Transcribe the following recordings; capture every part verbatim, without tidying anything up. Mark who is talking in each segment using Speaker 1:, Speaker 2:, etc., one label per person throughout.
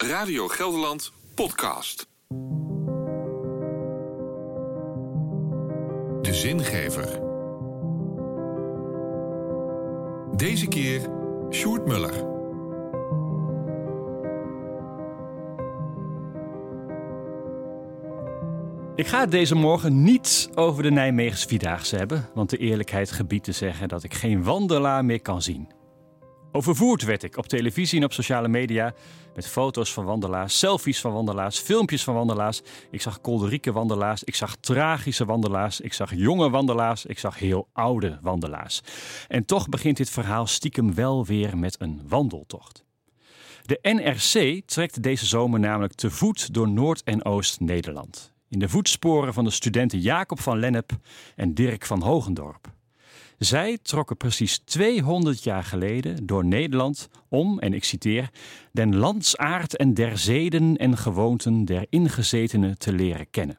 Speaker 1: Radio Gelderland podcast. De zingever. Deze keer Sjoerd Muller.
Speaker 2: Ik ga het deze morgen niet over de Nijmeegse Vierdaagse hebben, want de eerlijkheid gebiedt te zeggen dat ik geen wandelaar meer kan zien. Overvoerd werd ik op televisie en op sociale media met foto's van wandelaars, selfies van wandelaars, filmpjes van wandelaars. Ik zag kolderieke wandelaars, ik zag tragische wandelaars, ik zag jonge wandelaars, ik zag heel oude wandelaars. En toch begint dit verhaal stiekem wel weer met een wandeltocht. De N R C trekt deze zomer namelijk te voet door Noord- en Oost-Nederland. In de voetsporen van de studenten Jacob van Lennep en Dirk van Hogendorp. Zij trokken precies tweehonderd jaar geleden door Nederland om, en ik citeer, den landsaard en der zeden en gewoonten der ingezetenen te leren kennen.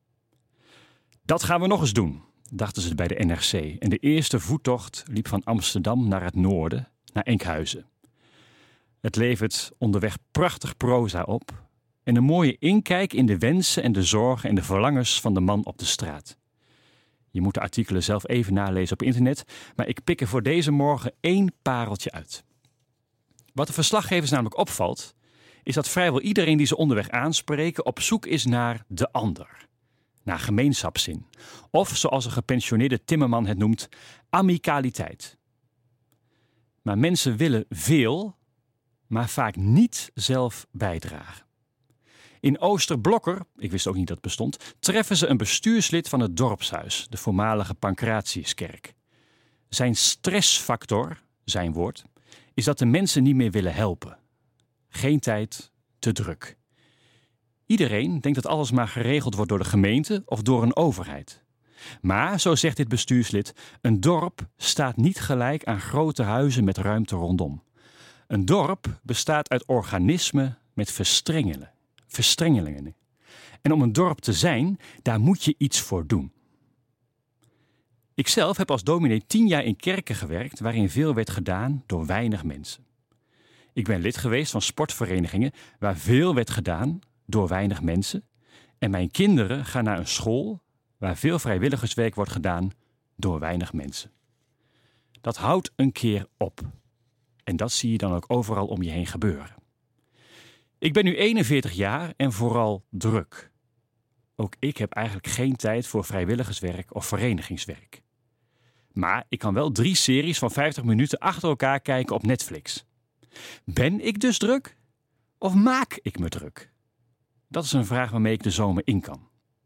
Speaker 2: Dat gaan we nog eens doen, dachten ze bij de N R C. En de eerste voettocht liep van Amsterdam naar het noorden, naar Enkhuizen. Het levert onderweg prachtig proza op en een mooie inkijk in de wensen en de zorgen en de verlangens van de man op de straat. Je moet de artikelen zelf even nalezen op internet, maar ik pik er voor deze morgen één pareltje uit. Wat de verslaggevers namelijk opvalt, is dat vrijwel iedereen die ze onderweg aanspreken op zoek is naar de ander. Naar gemeenschapszin. Of, zoals een gepensioneerde timmerman het noemt, amicaliteit. Maar mensen willen veel, maar vaak niet zelf bijdragen. In Oosterblokker, ik wist ook niet dat het bestond, treffen ze een bestuurslid van het dorpshuis, de voormalige Pancratiuskerk. Zijn stressfactor, zijn woord, is dat de mensen niet meer willen helpen. Geen tijd, te druk. Iedereen denkt dat alles maar geregeld wordt door de gemeente of door een overheid. Maar, zo zegt dit bestuurslid, een dorp staat niet gelijk aan grote huizen met ruimte rondom. Een dorp bestaat uit organismen met verstrengelen. Verstrengelingen. En om een dorp te zijn, daar moet je iets voor doen. Ikzelf heb als dominee tien jaar in kerken gewerkt waarin veel werd gedaan door weinig mensen. Ik ben lid geweest van sportverenigingen waar veel werd gedaan door weinig mensen. En mijn kinderen gaan naar een school waar veel vrijwilligerswerk wordt gedaan door weinig mensen. Dat houdt een keer op. En dat zie je dan ook overal om je heen gebeuren. Ik ben nu eenenveertig jaar en vooral druk. Ook ik heb eigenlijk geen tijd voor vrijwilligerswerk of verenigingswerk. Maar ik kan wel drie series van vijftig minuten achter elkaar kijken op Netflix. Ben ik dus druk? Of maak ik me druk? Dat is een vraag waarmee ik de zomer in kan.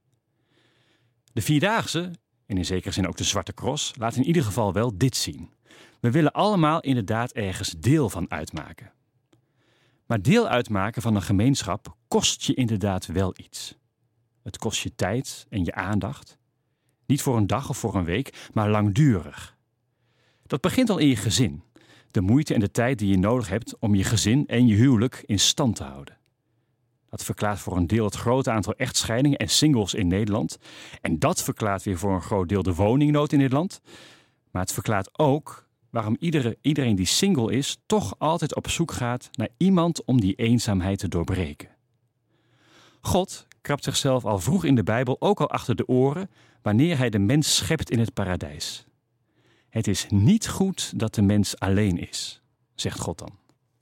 Speaker 2: De Vierdaagse, en in zekere zin ook de Zwarte Cross, laat in ieder geval wel dit zien. We willen allemaal inderdaad ergens deel van uitmaken. Maar deel uitmaken van een gemeenschap kost je inderdaad wel iets. Het kost je tijd en je aandacht. Niet voor een dag of voor een week, maar langdurig. Dat begint al in je gezin. De moeite en de tijd die je nodig hebt om je gezin en je huwelijk in stand te houden. Dat verklaart voor een deel het grote aantal echtscheidingen en singles in Nederland. En dat verklaart weer voor een groot deel de woningnood in dit land. Maar het verklaart ook waarom iedere, iedereen die single is toch altijd op zoek gaat naar iemand om die eenzaamheid te doorbreken. God krabt zichzelf al vroeg in de Bijbel ook al achter de oren wanneer hij de mens schept in het paradijs. Het is niet goed dat de mens alleen is, zegt God dan.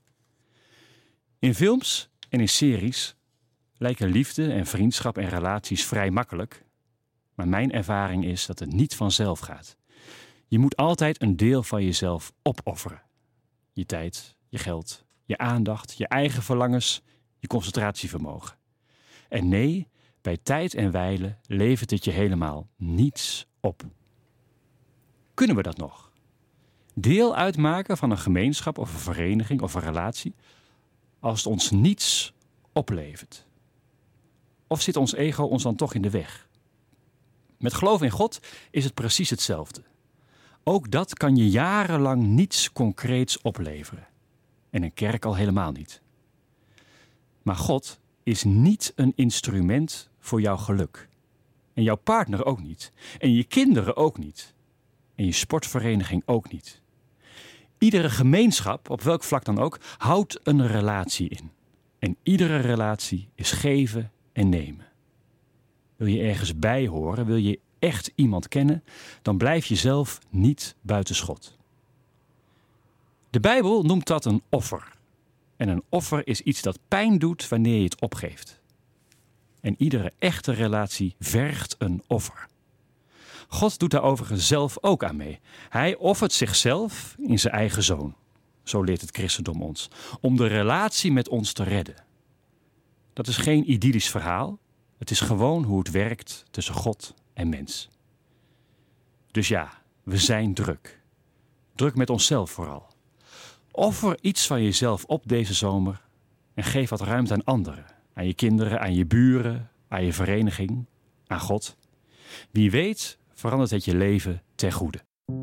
Speaker 2: In films en in series lijken liefde en vriendschap en relaties vrij makkelijk, maar mijn ervaring is dat het niet vanzelf gaat. Je moet altijd een deel van jezelf opofferen. Je tijd, je geld, je aandacht, je eigen verlangens, je concentratievermogen. En nee, bij tijd en wijle levert het je helemaal niets op. Kunnen we dat nog? Deel uitmaken van een gemeenschap of een vereniging of een relatie als het ons niets oplevert? Of zit ons ego ons dan toch in de weg? Met geloof in God is het precies hetzelfde. Ook dat kan je jarenlang niets concreets opleveren. En een kerk al helemaal niet. Maar God is niet een instrument voor jouw geluk. En jouw partner ook niet. En je kinderen ook niet. En je sportvereniging ook niet. Iedere gemeenschap, op welk vlak dan ook, houdt een relatie in. En iedere relatie is geven en nemen. Wil je ergens bij horen, wil je echt iemand kennen, dan blijf je zelf niet buitenschot. De Bijbel noemt dat een offer. En een offer is iets dat pijn doet wanneer je het opgeeft. En iedere echte relatie vergt een offer. God doet daar overigens zelf ook aan mee. Hij offert zichzelf in zijn eigen zoon. Zo leert het christendom ons. Om de relatie met ons te redden. Dat is geen idyllisch verhaal. Het is gewoon hoe het werkt tussen God en mens. Dus ja, we zijn druk. Druk met onszelf vooral. Offer iets van jezelf op deze zomer en geef wat ruimte aan anderen. Aan je kinderen, aan je buren, aan je vereniging, aan God. Wie weet verandert het je leven ten goede.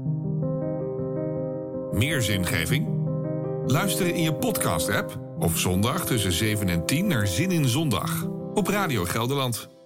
Speaker 1: Meer zingeving? Luister in je podcast-app of zondag tussen zeven en tien naar Zin in Zondag op Radio Gelderland.